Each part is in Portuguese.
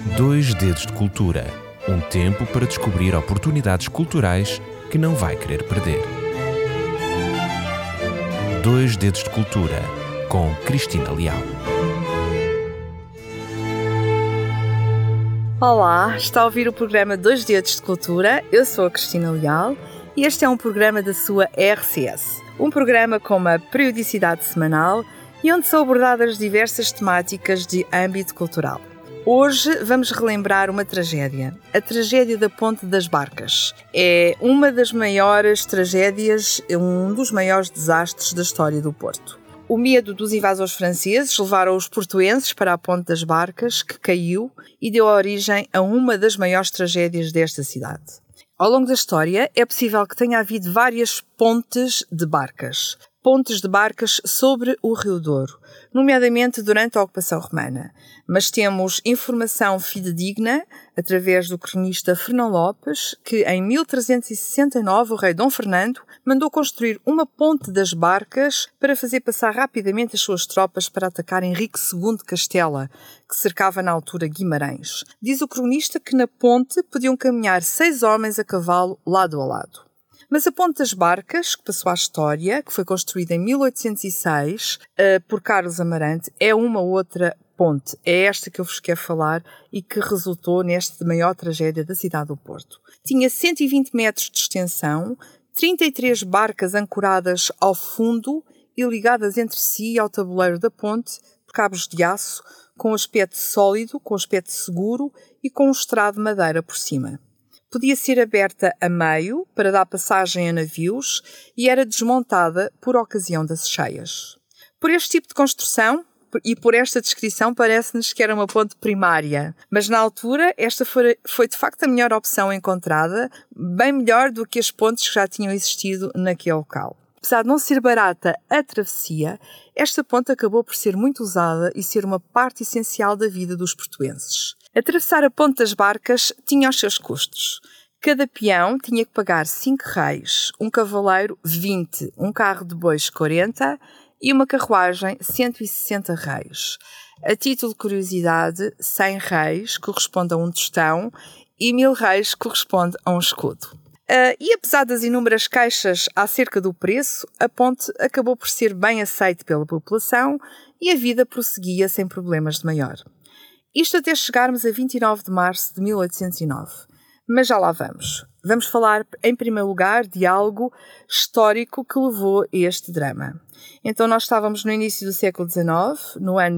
Dois Dedos de Cultura. Um tempo para descobrir oportunidades culturais que não vai querer perder. Dois Dedos de Cultura, com Cristina Leal. Olá, está a ouvir o programa Dois Dedos de Cultura. Eu sou a Cristina Leal e este é um programa da sua RCS. Um programa com uma periodicidade semanal e onde são abordadas diversas temáticas de âmbito cultural. Hoje vamos relembrar uma tragédia, a tragédia da Ponte das Barcas. É uma das maiores tragédias, um dos maiores desastres da história do Porto. O medo dos invasores franceses levaram os portuenses para a Ponte das Barcas, que caiu e deu origem a uma das maiores tragédias desta cidade. Ao longo da história, é possível que tenha havido várias pontes de barcas sobre o Rio Douro, nomeadamente durante a ocupação romana. Mas temos informação fidedigna, através do cronista Fernão Lopes, que em 1369 o rei Dom Fernando mandou construir uma ponte das barcas para fazer passar rapidamente as suas tropas para atacar Henrique II de Castela, que cercava na altura Guimarães. Diz o cronista que na ponte podiam caminhar 6 homens a cavalo lado a lado. Mas a Ponte das Barcas, que passou à história, que foi construída em 1806 por Carlos Amarante, é uma outra ponte. É esta que eu vos quero falar e que resultou nesta maior tragédia da cidade do Porto. Tinha 120 metros de extensão, 33 barcas ancoradas ao fundo e ligadas entre si ao tabuleiro da ponte por cabos de aço, com aspecto sólido, com aspecto seguro e com um estrado de madeira por cima. Podia ser aberta a meio para dar passagem a navios e era desmontada por ocasião das cheias. Por este tipo de construção e por esta descrição parece-nos que era uma ponte primária, mas na altura esta foi de facto a melhor opção encontrada, bem melhor do que as pontes que já tinham existido naquele local. Apesar de não ser barata a travessia, esta ponte acabou por ser muito usada e ser uma parte essencial da vida dos portuenses. Atravessar a Ponte das Barcas tinha os seus custos. Cada peão tinha que pagar 5 reis, um cavaleiro 20, um carro de bois 40 e uma carruagem 160 reis. A título de curiosidade, 100 reis corresponde a um tostão e 1000 reis corresponde a um escudo. E apesar das inúmeras queixas acerca do preço, a ponte acabou por ser bem aceita pela população e a vida prosseguia sem problemas de maior. Isto até chegarmos a 29 de março de 1809. Mas já lá vamos. Vamos falar, em primeiro lugar, de algo histórico que levou a este drama. Então nós estávamos no início do século XIX, no ano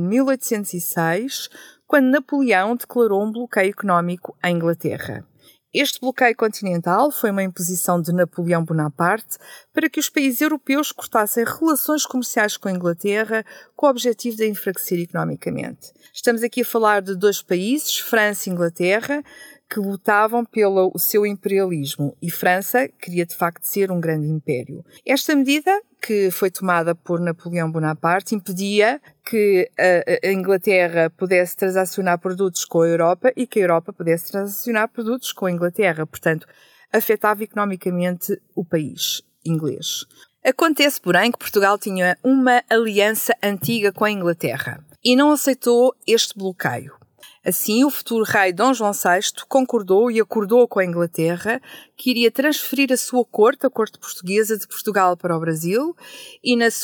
1806, quando Napoleão declarou um bloqueio económico à Inglaterra. Este bloqueio continental foi uma imposição de Napoleão Bonaparte para que os países europeus cortassem relações comerciais com a Inglaterra com o objetivo de a enfraquecer economicamente. Estamos aqui a falar de 2 países, França e Inglaterra, que lutavam pelo seu imperialismo e França queria de facto ser um grande império. Esta medida, que foi tomada por Napoleão Bonaparte, impedia que a Inglaterra pudesse transacionar produtos com a Europa e que a Europa pudesse transacionar produtos com a Inglaterra. Portanto, afetava economicamente o país inglês. Acontece, porém, que Portugal tinha uma aliança antiga com a Inglaterra e não aceitou este bloqueio. Assim, o futuro rei Dom João VI concordou e acordou com a Inglaterra que iria transferir a sua corte, a corte portuguesa, de Portugal para o Brasil e na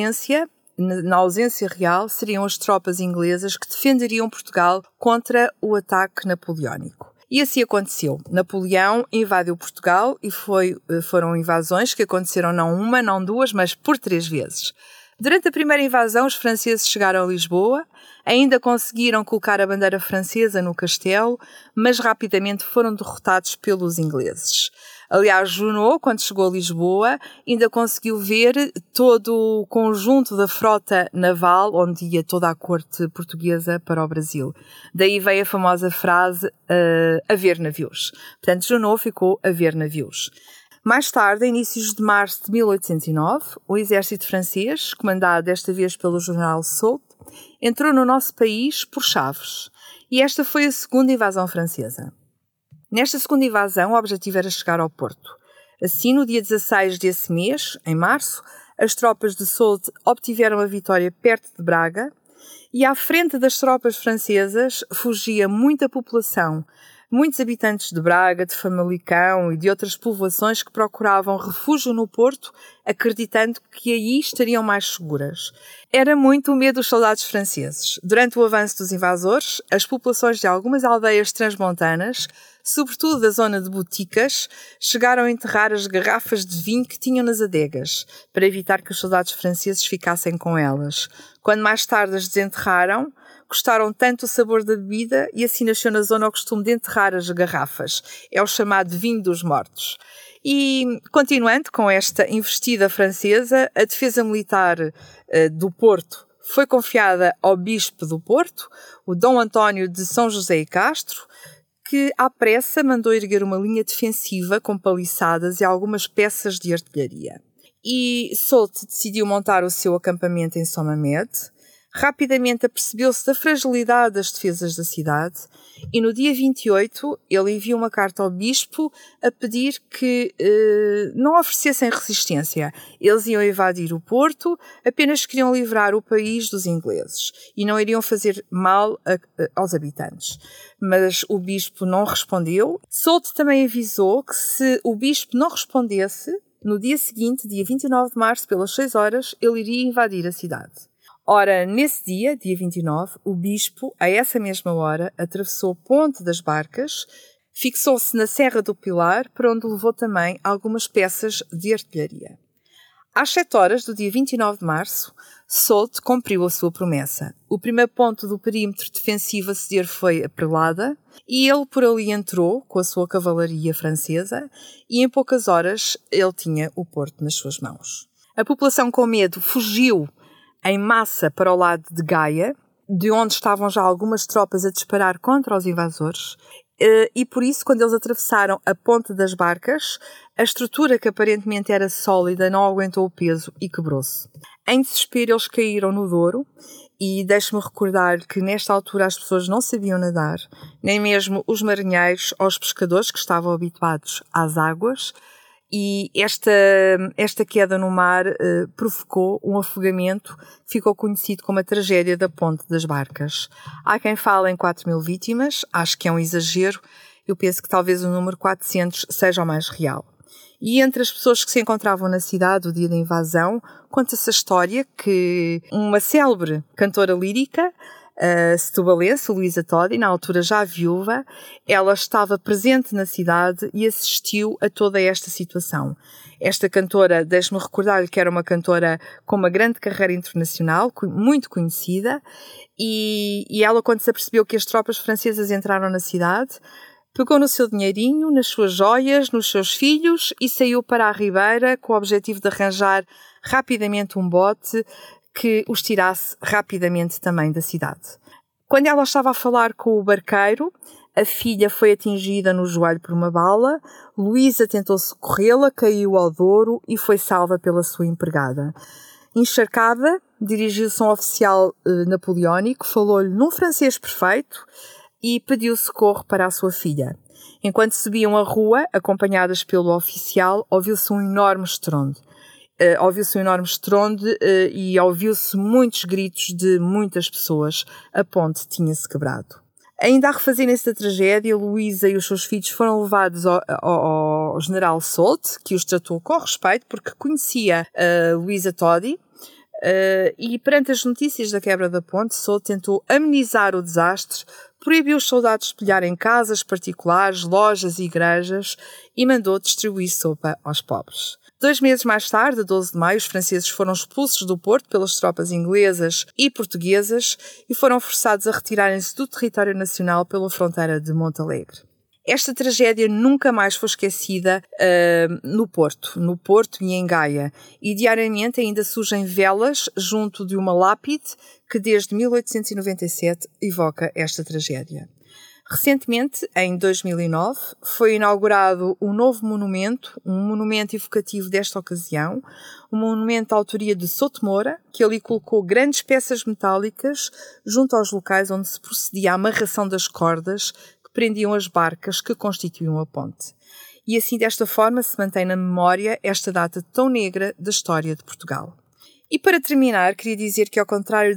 ausência real, seriam as tropas inglesas que defenderiam Portugal contra o ataque napoleónico. E assim aconteceu. Napoleão invadiu Portugal e foram invasões que aconteceram não uma, não 2, mas por 3 vezes. Durante a primeira invasão, os franceses chegaram a Lisboa, ainda conseguiram colocar a bandeira francesa no castelo, mas rapidamente foram derrotados pelos ingleses. Aliás, Junot, quando chegou a Lisboa, ainda conseguiu ver todo o conjunto da frota naval, onde ia toda a corte portuguesa para o Brasil. Daí veio a famosa frase, a ver navios. Portanto, Junot ficou a ver navios. Mais tarde, em inícios de março de 1809, o exército francês, comandado desta vez pelo general Soult, entrou no nosso país por Chaves. E esta foi a segunda invasão francesa. Nesta segunda invasão, o objetivo era chegar ao Porto. Assim, no dia 16 desse mês, em março, as tropas de Soult obtiveram a vitória perto de Braga e à frente das tropas francesas fugia muita população, muitos habitantes de Braga, de Famalicão e de outras povoações que procuravam refúgio no Porto, acreditando que aí estariam mais seguras. Era muito o medo dos soldados franceses. Durante o avanço dos invasores, as populações de algumas aldeias transmontanas, sobretudo da zona de Boticas, chegaram a enterrar as garrafas de vinho que tinham nas adegas, para evitar que os soldados franceses ficassem com elas. Quando mais tarde as desenterraram, gostaram tanto do sabor da bebida e assim nasceu na zona o costume de enterrar as garrafas. É o chamado vinho dos mortos. E, continuando com esta investida francesa, a defesa militar do Porto foi confiada ao bispo do Porto, o Dom António de São José e Castro, que à pressa mandou erguer uma linha defensiva com paliçadas e algumas peças de artilharia. E Soult decidiu montar o seu acampamento em Somamed. Rapidamente apercebeu-se da fragilidade das defesas da cidade e no dia 28 ele enviou uma carta ao bispo a pedir que não oferecessem resistência. Eles iam invadir o Porto, apenas queriam livrar o país dos ingleses e não iriam fazer mal aos habitantes. Mas o bispo não respondeu. Soult também avisou que se o bispo não respondesse, no dia seguinte, dia 29 de março, pelas 6 horas, ele iria invadir a cidade. Ora, nesse dia, dia 29, o bispo, a essa mesma hora, atravessou a Ponte das Barcas, fixou-se na Serra do Pilar, para onde levou também algumas peças de artilharia. Às 7 horas do dia 29 de março, Soult cumpriu a sua promessa. O primeiro ponto do perímetro defensivo a ceder foi a Perlada, e ele por ali entrou com a sua cavalaria francesa, e em poucas horas ele tinha o Porto nas suas mãos. A população, com medo, fugiu em massa para o lado de Gaia, de onde estavam já algumas tropas a disparar contra os invasores, e por isso, quando eles atravessaram a Ponte das Barcas, a estrutura, que aparentemente era sólida, não aguentou o peso e quebrou-se. Em desespero, eles caíram no Douro, e deixe-me recordar que nesta altura as pessoas não sabiam nadar, nem mesmo os marinheiros ou os pescadores que estavam habituados às águas, e esta queda no mar provocou um afogamento que ficou conhecido como a tragédia da Ponte das Barcas. Há quem fale em 4.000 vítimas, acho que é um exagero, eu penso que talvez o número 400 seja o mais real. E entre as pessoas que se encontravam na cidade o dia da invasão, conta-se a história que uma célebre cantora lírica, setubalense, Luísa Todi, na altura já viúva, ela estava presente na cidade e assistiu a toda esta situação. Esta cantora, deixe-me recordar-lhe que era uma cantora com uma grande carreira internacional, muito conhecida, e ela, quando se apercebeu que as tropas francesas entraram na cidade, pegou no seu dinheirinho, nas suas joias, nos seus filhos e saiu para a ribeira com o objetivo de arranjar rapidamente um bote que os tirasse rapidamente também da cidade. Quando ela estava a falar com o barqueiro, a filha foi atingida no joelho por uma bala, Luísa tentou socorrê-la, caiu ao Douro e foi salva pela sua empregada. Encharcada, dirigiu-se a um oficial napoleónico, falou-lhe num francês perfeito e pediu socorro para a sua filha. Enquanto subiam a rua, acompanhadas pelo oficial, ouviu-se um enorme estrondo. E ouviu-se muitos gritos de muitas pessoas. A ponte tinha-se quebrado. Ainda a refazerem-se da tragédia, Luísa e os seus filhos foram levados ao general Soult, que os tratou com respeito, porque conhecia Luísa Todi, e perante as notícias da quebra da ponte, Soult tentou amenizar o desastre, proibiu os soldados de espelharem casas particulares, lojas e igrejas e mandou distribuir sopa aos pobres. 2 meses mais tarde, 12 de maio, os franceses foram expulsos do Porto pelas tropas inglesas e portuguesas e foram forçados a retirarem-se do território nacional pela fronteira de Montalegre. Esta tragédia nunca mais foi esquecida no Porto e em Gaia, e diariamente ainda surgem velas junto de uma lápide que desde 1897 evoca esta tragédia. Recentemente, em 2009, foi inaugurado um novo monumento, um monumento evocativo desta ocasião, um monumento de autoria de Souto Moura, que ali colocou grandes peças metálicas junto aos locais onde se procedia à amarração das cordas que prendiam as barcas que constituíam a ponte. E assim, desta forma, se mantém na memória esta data tão negra da história de Portugal. E para terminar, queria dizer que, ao contrário do que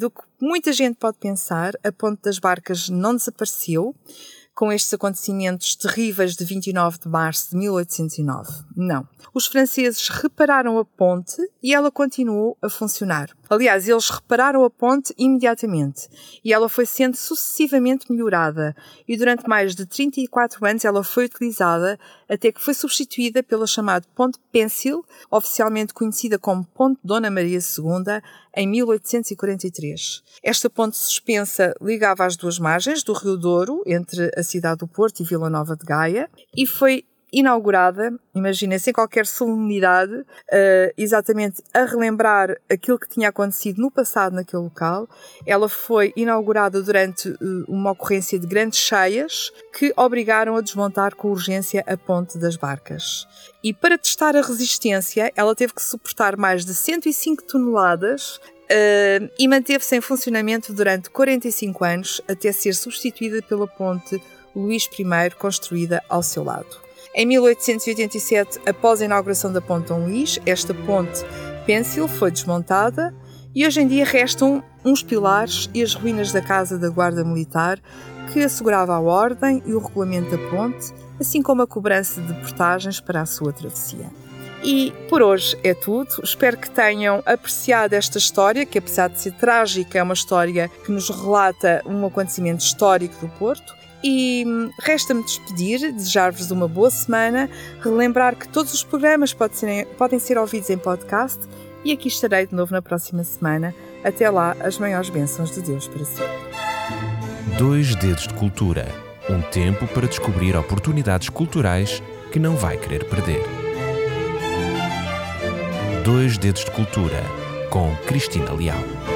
muita gente pode pensar, a Ponte das Barcas não desapareceu com estes acontecimentos terríveis de 29 de março de 1809. Não. Os franceses repararam a ponte e ela continuou a funcionar. Aliás, eles repararam a ponte imediatamente e ela foi sendo sucessivamente melhorada e durante mais de 34 anos ela foi utilizada até que foi substituída pela chamada Ponte Pêncil, oficialmente conhecida como Ponte Dona Maria II, em 1843. Esta ponte suspensa ligava as duas margens do Rio Douro, entre a cidade do Porto e Vila Nova de Gaia, e foi inaugurada, imaginem, sem qualquer solenidade, exatamente a relembrar aquilo que tinha acontecido no passado naquele local. Ela foi inaugurada durante uma ocorrência de grandes cheias que obrigaram a desmontar com urgência a Ponte das Barcas. E para testar a resistência, ela teve que suportar mais de 105 toneladas e manteve-se em funcionamento durante 45 anos até ser substituída pela Ponte Luís I, construída ao seu lado. Em 1887, após a inauguração da Ponte Dom Luís, esta ponte Pêncil foi desmontada e hoje em dia restam uns pilares e as ruínas da Casa da Guarda Militar que assegurava a ordem e o regulamento da ponte, assim como a cobrança de portagens para a sua travessia. E por hoje é tudo. Espero que tenham apreciado esta história, que apesar de ser trágica, é uma história que nos relata um acontecimento histórico do Porto. E resta-me despedir, desejar-vos uma boa semana, relembrar que todos os programas podem ser ouvidos em podcast e aqui estarei de novo na próxima semana. Até lá, as maiores bênçãos de Deus para si. 2 Dedos de Cultura. Um tempo para descobrir oportunidades culturais que não vai querer perder. 2 Dedos de Cultura, com Cristina Leal.